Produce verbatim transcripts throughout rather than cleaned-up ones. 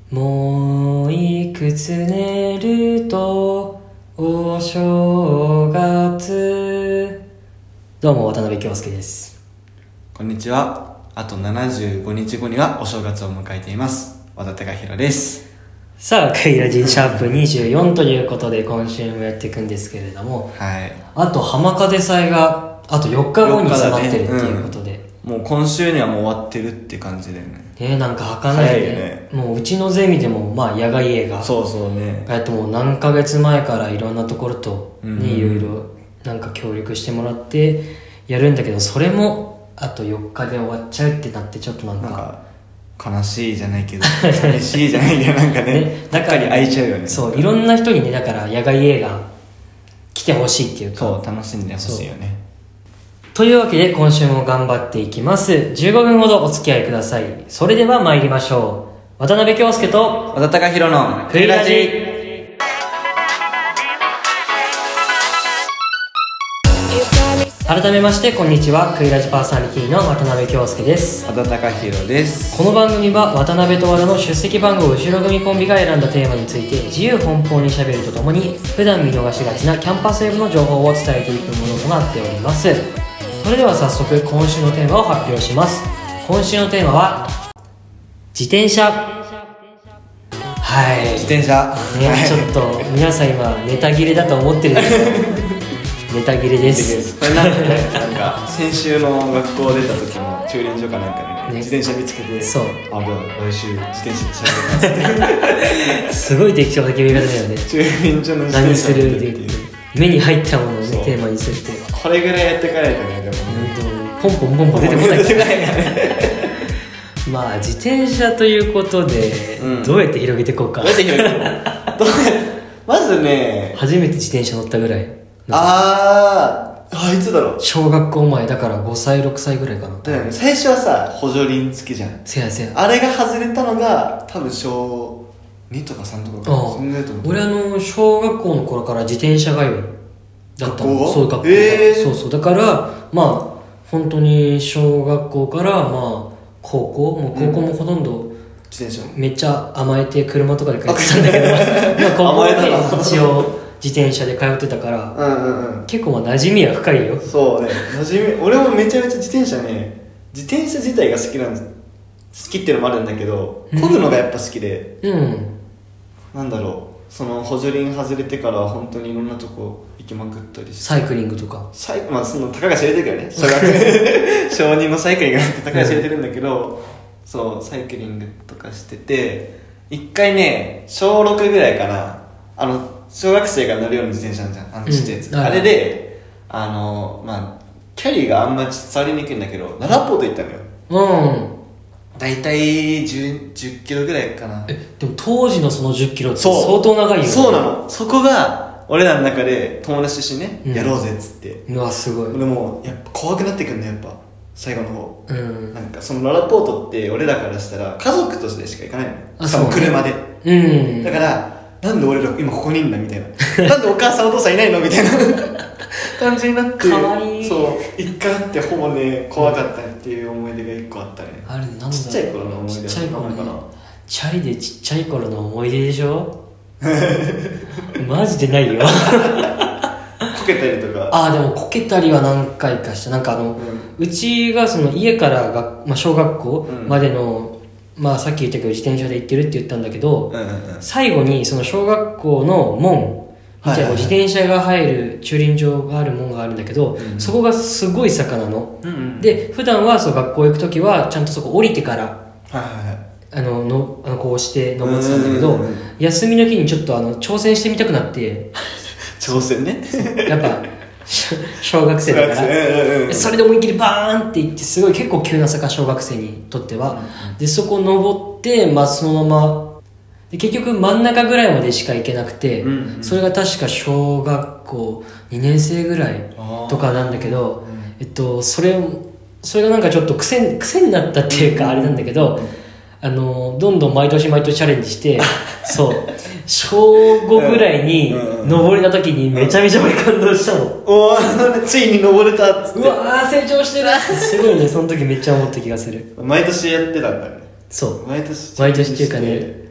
もういくつ寝るとお正月。どうも渡辺京介です。 こんにちは。あとななじゅうごにちごにはお正月を迎えています。和田貴弘です。 さあ、クイラジシャープにじゅうよんということで今週もやっていくんですけれども、 はい。 あと浜風祭があとよっかごに迫ってるっていうことで、 ねうん、もう今週にはもう終わってるって感じだよね。 ね、なんか儚いね。ねもううちのゼミでもまあ野外映画そうそうねえっともう何ヶ月前からいろんなところとね、 うん、 いろいろなんか協力してもらってやるんだけど、それもあとよっかで終わっちゃうってなって、ちょっとなんかなんか悲しいじゃないけど寂しいじゃないけどなんかねね、だから開いちゃうよね。 そういろんな人にね、だから野外映画来てほしいっていうか、 そう楽しんでほしいよね。 というわけで今週も頑張っていきます。じゅうごふんほどお付き合いください。それでは参りましょう。渡辺京介と和田貴弘のクイラジ。改めましてこんにちは。クイラジパーソナリティの渡辺京介です。 和田貴弘です。 この番組は渡辺と和田の出席番号後ろ組コンビが選んだテーマについて自由奔放にしゃべるとともに、普段見逃しがちなキャンパスウェブの情報を伝えていくものとなっております。それでは早速今週のテーマを発表します。今週のテーマは自転車。はい、 自転車ね、はい、ちょっと皆さん今ネタ切れだと思ってるんですけどネタ切れです。 これなんかね、なんか先週の学校出た時も駐輪場かなんかでね、ね自転車見つけて、 そう、 あ、じゃあ来週自転車でしゃべりますってすごい適当な決め方だよね。 駐輪場の自何転車するって言って目に入ったものを、ね、テーマにするって、 これぐらいやってかないとね、でもね、 ポンポンポンポン出てこないからまあ自転車ということで、うん、どうやって広げていこうか。 どうやって広げていこうどうやまずね、 初めて自転車乗ったぐらい。 あーあいつだろう、 小学校前だからごさいろくさいぐらいかな。 だよね。最初はさ補助輪付きじゃん。 せやせや。 あれが外れたのが多分小にとかさんとかかな。そんなやと思う。 俺あの小学校の頃から自転車通いだったの。そう学校が、 えー、 そうそう。だからまあ本当に小学校からまあ高校もう高校もほとんど、うん、 自転車めっちゃ甘えて車とかで通ってたんだけどまあ高校で一応自転車で通ってたから、 うんうんうん、 結構まあ馴染みは深いよ。 そうね、馴染み俺もめちゃめちゃ自転車ね、自転車自体が好きなんです。好きっていうのもあるんだけど、漕ぐのがやっぱ好きで、 うん、 なんだろう、その補助輪外れてからは本当にいろんなとこ行きまくったりして、 サイクリングとかサイまあそのたかが知れてるけどね、小学小にのサイクリングなんてたかが知れてるんだけど、そうサイクリングとかしてて、一回ね小ろくぐらいかな、あの小学生が乗るような自転車なんじゃん、あのちっちゃいやつ、うん、あれであのまあキャリーがあんまり触りにくいんだけど、ララポート行ったのよ。 うんだいたいじゅうキロぐらいかな。 えでも当時のそのじゅっキロって相当長いよね。 そうなの。そこが俺らの中で友達としてね、うん、やろうぜっつって。 うわすごい。 俺もやっぱ怖くなってくんだよ、やっぱ最後の方、 うん、 なんかそのララポートって俺らからしたら家族としてしか行かないのよ。あ、そう、ね、車で、 うん、 だからなんで俺ら今ここにいんだみたいななんでお母さんお父さんいないのみたいな感じになって、 かわいい。 そう一回会ってほぼね怖かったっていう思い出が一個あったね。 あれなんだ、 ちっちゃい頃の思い出。 ちっちゃい頃ね、チャリでちっちゃい頃の思い出でしょマジでないよこけたりとか。 ああでもこけたりは何回かした。なんかあの、うん、うちがその家からが、まあ、小学校までの、うん、まあさっき言ったけど自転車で行ってるって言ったんだけど、 うんうんうん、 最後にその小学校の門みたいな自転車が入る駐輪場がある門があるんだけど、うん、そこがすごい坂なの、うんうん、で普段はそう学校行く時はちゃんとそこ降りてから、 はいはいはい、 あののあのこうして登ってたんだけど、うんうんうん、休みの日にちょっとあの挑戦してみたくなって挑戦ねやっぱ小学生だから、うん、それで思いっきりバーンっていって、すごい結構急な坂、小学生にとっては、うんうん、でそこ登って、まあ、そのままで結局真ん中ぐらいまでしか行けなくて、うんうん、それが確か小学校にねん生ぐらいとかなんだけど、うん、えっと、それそれがなんかちょっと癖、癖になったっていうかあれなんだけど、あのどんどん毎年毎年チャレンジしてそう小ごぐらいに登れた時にめちゃめちゃ感動したの。 おーついに登れたっつって、 うわー成長してるすごいね、その時めっちゃ思った気がする。 毎年やってたんだね。 そう毎年毎年っていうかね、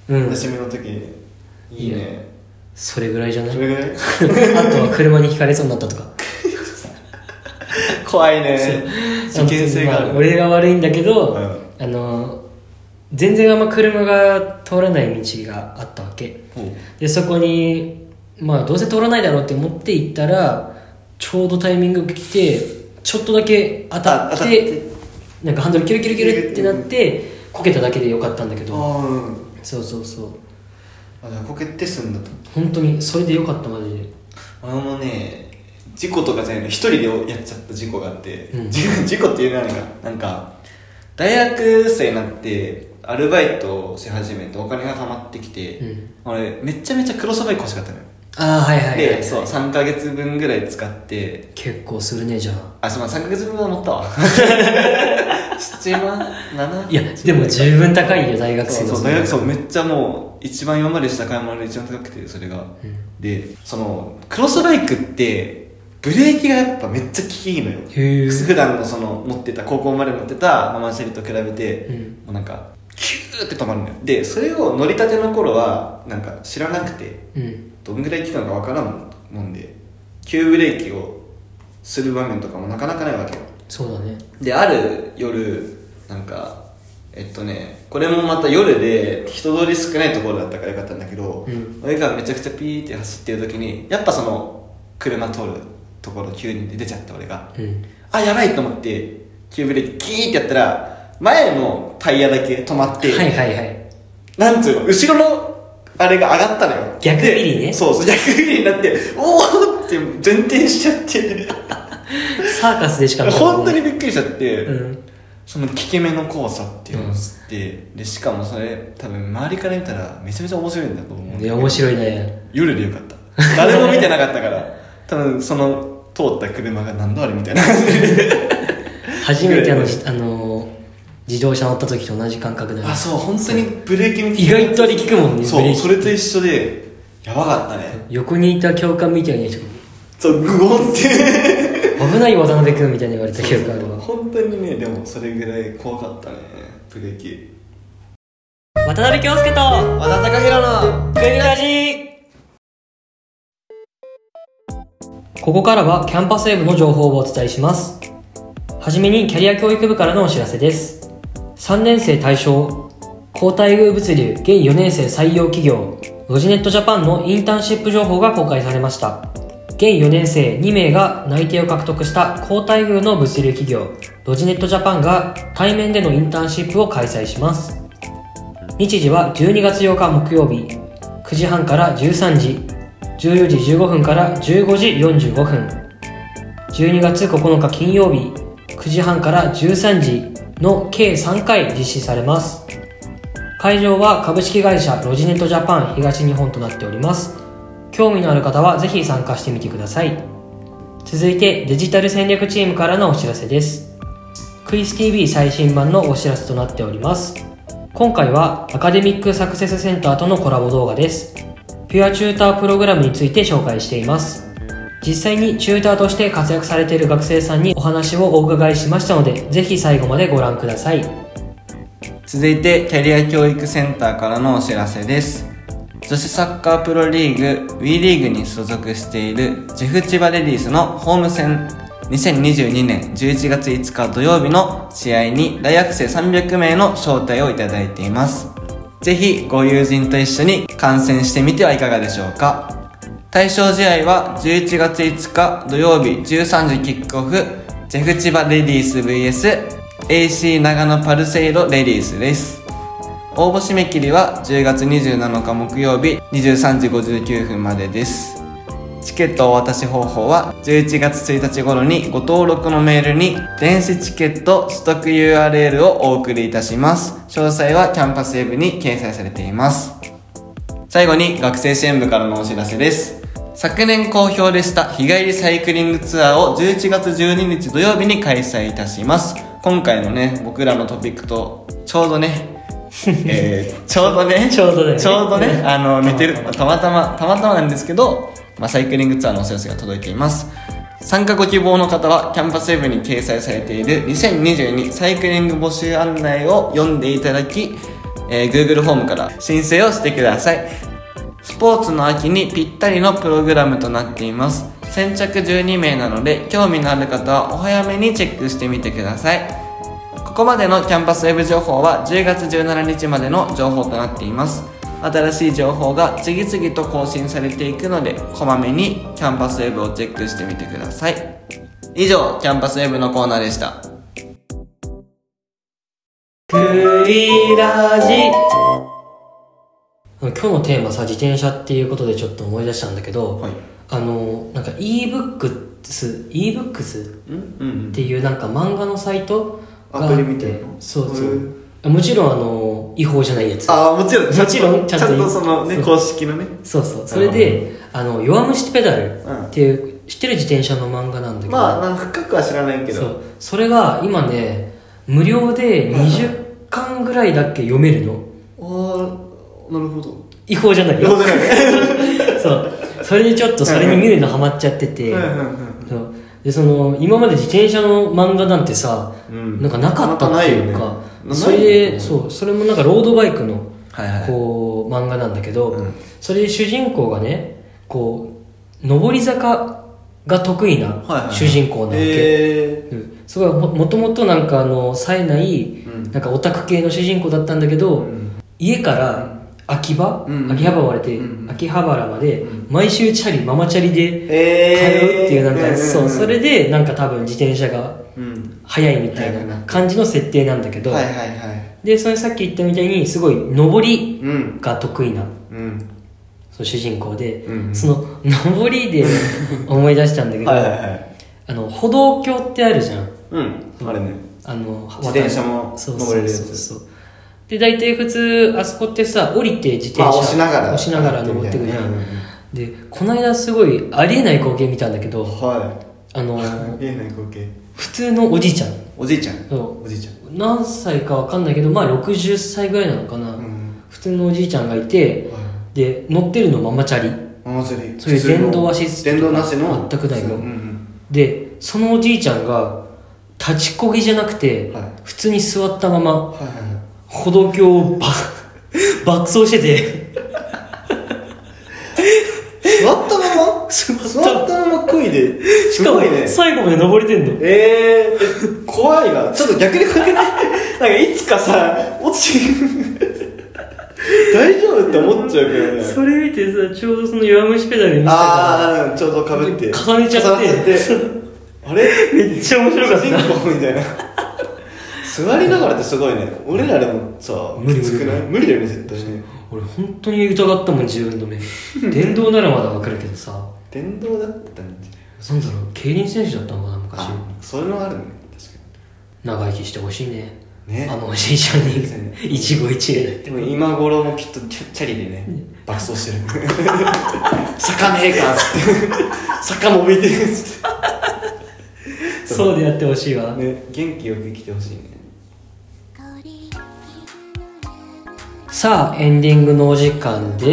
うん、 休みの時にいいね。 それぐらいじゃない？ それぐらいあとは車にひかれそうになったとか怖いね。事件性がある、 まあ、俺が悪いんだけど、 うん、 あの全然あんま車が通らない道があったわけ、うん、でそこにまあどうせ通らないだろうって思って行ったらちょうどタイミングが来てちょっとだけ当たってなんかハンドルキュルキュルキュルってなってこけただけでよかったんだけど、 うん、 そうそうそう、 あ、じゃあこけて済んだと。 本当にそれでよかったマジで。 あのね事故とかじゃないの、一人でやっちゃった事故があって、うん、事故っていうのはなんかなんか大学生になってアルバイトをし始めてお金が貯まってきて、うん、俺めちゃめちゃクロスバイク欲しかったのよ。 ああはいはいはい、はい、 でそうさんかげつぶんぐらい使って結構するね。じゃああ、そうさんかげつぶんは乗ったわななまんなないやでも十分高いよ大学生の。 そうそう大学生めっちゃもう一番今までした買い物で一番高くてそれが、うん、でそのクロスバイクってブレーキがやっぱめっちゃ効きいいのよ。普段のその持ってた高校まで持ってたママチャリと比べて、うん、もうなんかキューって止まるのよ。でそれを乗りたての頃はなんか知らなくて、うん、どんぐらい効くのかわからんもんで急ブレーキをする場面とかもなかなかないわけよ。 そうだね。 である夜なんかえっとねこれもまた夜で人通り少ないところだったからよかったんだけど、うん、俺がめちゃくちゃピーって走ってる時にやっぱその車通るところ急に出ちゃって俺が、うん、あやばいと思って急ブレーキキーってやったら前のタイヤだけ止まって、 はいはいはい、 なんつうの後ろのあれが上がったのよ。 逆ビリね。 そうそう逆ビリになっておーって前転しちゃってサーカスでしかない、ね、 本当にびっくりしちゃって、 うん、 その効き目の交差っていうのを知って、うん、でしかもそれ多分周りから見たらめちゃめちゃ面白いんだと思う。 いや面白いね。 夜でよかった誰も見てなかったから多分その通った車が何だあれみたいな初めてあのあの自動車乗った時と同じ感覚だね。 あそう本当にブレーキの意外とあれ効くもんね。 そうそれと一緒でやばかったね。 横にいた教官みたいにそうグゴンって危ない渡辺君みたいに言われた記憶あるわ。 本当にねでもそれぐらい怖かったねブレーキ。 渡辺京介と和田貴弘のグミラジ。ここからはキャンパスウェブの情報をお伝えします。はじめにキャリア教育部からのお知らせです。さんねん生対象高待遇物流現よねん生採用企業ロジネットジャパンのインターンシップ情報が公開されました。現よねん生にめいが内定を獲得した高待遇の物流企業ロジネットジャパンが対面でのインターンシップを開催します。日時はじゅうにがつようか木曜日くじはんからじゅうさんじ、じゅうよじじゅうごふんからじゅうごじよんじゅうごふん、じゅうにがつここのか金曜日くじはんからじゅうさんじの計さんかい実施されます。会場は株式会社ロジネットジャパン東日本となっております。興味のある方はぜひ参加してみてください。続いてデジタル戦略チームからのお知らせです。クイズ ティーブイ 最新版のお知らせとなっております。今回はアカデミックサクセスセンターとのコラボ動画です。ピュアチュータープログラムについて紹介しています。実際にチューターとして活躍されている学生さんにお話をお伺いしましたので、ぜひ最後までご覧ください。 続いてキャリア教育センターからのお知らせです。女子サッカープロリーグ WE リーグに所属しているジェフ千葉レディースのホーム戦にせんにじゅうにねんじゅういちがついつか土曜日の試合に大学生さんびゃくめいの招待をいただいています。ぜひご友人と一緒に観戦してみてはいかがでしょうか。対象試合はじゅういちがついつか土曜日じゅうさんじキックオフジェフ千葉レディース ブイエス エーシー 長野パルセイロレディースです。応募締め切りはじゅうがつにじゅうなのか木曜日にじゅうさんじごじゅうきゅうふんまでです。チケットお渡し方法はじゅういちがつついたち頃にご登録のメールに電子チケット取得 ユーアールエル をお送りいたします。詳細はキャンパスウェブに掲載されています。最後に学生支援部からのお知らせです。昨年好評でした日帰りサイクリングツアーをじゅういちがつじゅうににち土曜日に開催いたします。今回のね僕らのトピックとちょうどねえー、ちょうどねちょうどねちょうどねあの似てるたまたまたまたまなんですけど、まあ、サイクリングツアーのお知らせが届いています。参加ご希望の方はキャンパスウェブに掲載されているにせんにじゅうにサイクリング募集案内を読んでいただきえー、Google フォームから申請をしてください。スポーツの秋にぴったりのプログラムとなっています。先着じゅうにめいなので、興味のある方はお早めにチェックしてみてください。ここまでのキャンパスウェブ情報はじゅうがつじゅうしちにちまでの情報となっています。新しい情報が次々と更新されていくので、こまめにキャンパスウェブをチェックしてみてください。以上、キャンパスウェブのコーナーでした。 クイラジ。今日のテーマさ、自転車っていうことでちょっと思い出したんだけど、はい、あのなんか eBooks eBooks っていうなんか漫画のサイトがあって、アプリみたいな。そうそう、もちろんあの違法じゃないやつ。 ああ、もちろんもちろんちゃんとちゃんとそのね、公式のね。 そうそう、それであの弱虫ペダルっていう、うん、知ってる自転車の漫画なんだけど、 まあ、まあ深くは知らないけど、 そう、それが今ね無料でにじゅっかんぐらいだっけ読めるの。 ああ、なるほど。 違法じゃないよ。違法じゃないそうそれでちょっとそれに見るのハマっちゃってて、そうで、その今まで自転車の漫画なんてさ、うん、なんかなかったっていうか、ね、それで、そうそれもなんかロードバイクのこう、はいはい、漫画なんだけど、うん、それで主人公がねこう上り坂が得意な主人公なわけ、はいはいはい、えーうん、すごい も, もともとなんかあの冴えない、うん、なんかオタク系の主人公だったんだけど、うん、家から秋葉、うん、秋葉原で、うん、秋葉原まで毎週チャリママチャリで通うっていう、なんか、えー、そう、それでなんか多分自転車が速いみたいな感じの設定なんだけど、はいはいはい、でそれさっき言ったみたいにすごい上りが得意な、うん、そう主人公で、うん、その上りで思い出したんだけどはいはい、はい、あの歩道橋ってあるじゃん、 うん、あれね、 あの自転車も登れるやつ、そうそうそうそう、 で大体普通あそこってさ降りて自転車押しながら押しながら登ってくじゃん、うん、でこの間すごいありえない光景見たんだけど、はい、あのありえない光景、 普通のおじいちゃんおじいちゃんそうおじいちゃん何歳か分かんないけどまあろくじゅっさいぐらいなのかな、うん、普通のおじいちゃんがいて、はい、で乗ってるのママチャリママチャリ、 そういう電動アシスト電動なしの全くないの、うんうん、でそのおじいちゃんが立ちこぎじゃなくて、はい、普通に座ったまま、はいはいはい、歩道橋を爆走してて座ったまま座ったまま漕いで、 しかも最後まで登れてんの。 えー、怖いな。ちょっと逆に怖くない？なんかいつかさ落ち大丈夫って思っちゃうけどね。 それ見てさ、ちょうどその弱虫ペダル見せたから、 ああちょうどかぶって重ねちゃってあれめっちゃ面白かった。 主人公みたいな座りながらってすごいね。俺らでもさ無理無理無理だよね絶対ね。 俺本当に疑ったもん自分の目電動ならまだ分かるけどさ電動だったんじゃなんだろう、競輪選手だったのかな昔。 あ、それもあるね。確かに長生きしてほしい ね, ねあのおじいちゃんに一期一会でも今頃もきっとチャリでね爆走してる坂ねえかっつって坂伸びてるっつってそうでやってほしいわ、 ね、元気よく生きてほしいね。 さあエンディングのお時間です。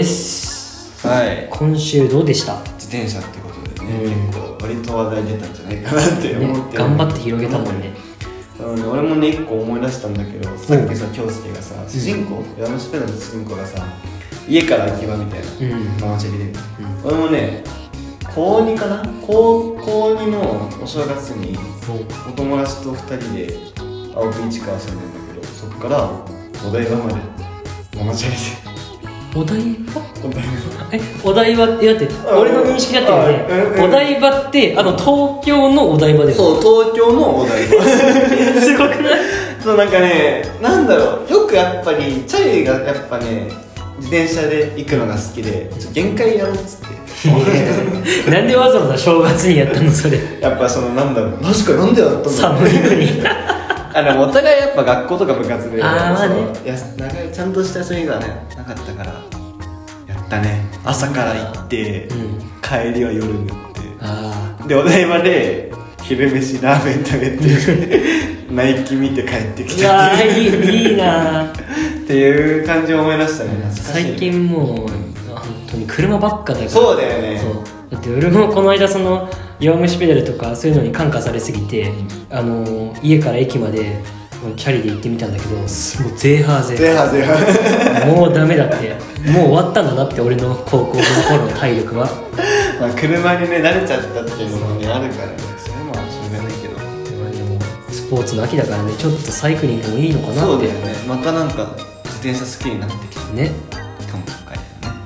はい、 今週どうでした？ 自転車ってことでね、うん、結構割と話題出たんじゃないかなって思って、 ね、頑張って広げたもんね。 うん、俺もね一個思い出したんだけど、さっきさ京介がさ、主人公山梨ペダルの主人公がさ家から秋葉みたいな、うん、ママチャリで、うん、俺もね高にかな高にのお正月にお友達とふたりで青木市川住んでんだけど、そっからお台場までママチャリで。 お台場？ お台場え、お台場ってだって俺の認識だったよね。お台場ってあの東京のお台場だよね。 そう、東京のお台場すごくない？ そうなんかね、なんだろう、よくやっぱりチャリがやっぱね自転車で行くのが好きで、ちょっと限界やろうっつってなんでわざわざ正月にやったのそれ？ やっぱそのなんだろう、確かになんでやったの？ 寒いのにあのお互いやっぱ学校とか部活で、 あまあね、 いや長いちゃんとした休みがねなかったからやったね。朝から行って、うん、帰りは夜に行って、あでお台場で昼飯ラーメン食べてナイキ見て帰ってきた。 うわーいい、いいなっていう感じを思い出したね。 最近もう本当に車ばっかだから。 そうだよね。 そうだって俺もこの間その弱虫ペダルとかそういうのに感化されすぎて、あの家から駅までチャリで行ってみたんだけど、もうゼーハーゼゼーハーゼーハーもうダメだって、もう終わったんだなって、俺の高校の頃の体力はまあ車にね慣れちゃったっていうのもねあるからね、それもしょうがないけど、 でもスポーツの秋だからね、ちょっとサイクリングもいいのかなって。 そうだよね、またなんか自転車好きになってきたねかもかいね。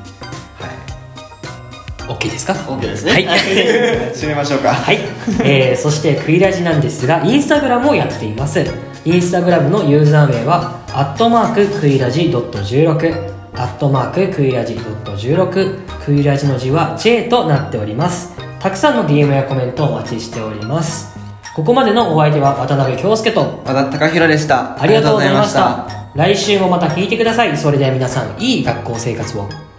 はい、 OK ですか？ OK ですね。 はい締めましょうか。 はい、えー、そしてクイラジなんですが、インスタグラムをやっています。インスタグラムのユーザー名はアットマーククイラジ .じゅうろく アットマーククイラジ .じゅうろく、 クイラジの字は ジェイ となっております。たくさんの ディーエム やコメントをお待ちしております。ここまでのお相手は渡辺京介と和田貴弘でした。 ありがとうございました。来週もまた聞いてください。それでは皆さん、いい学校生活を。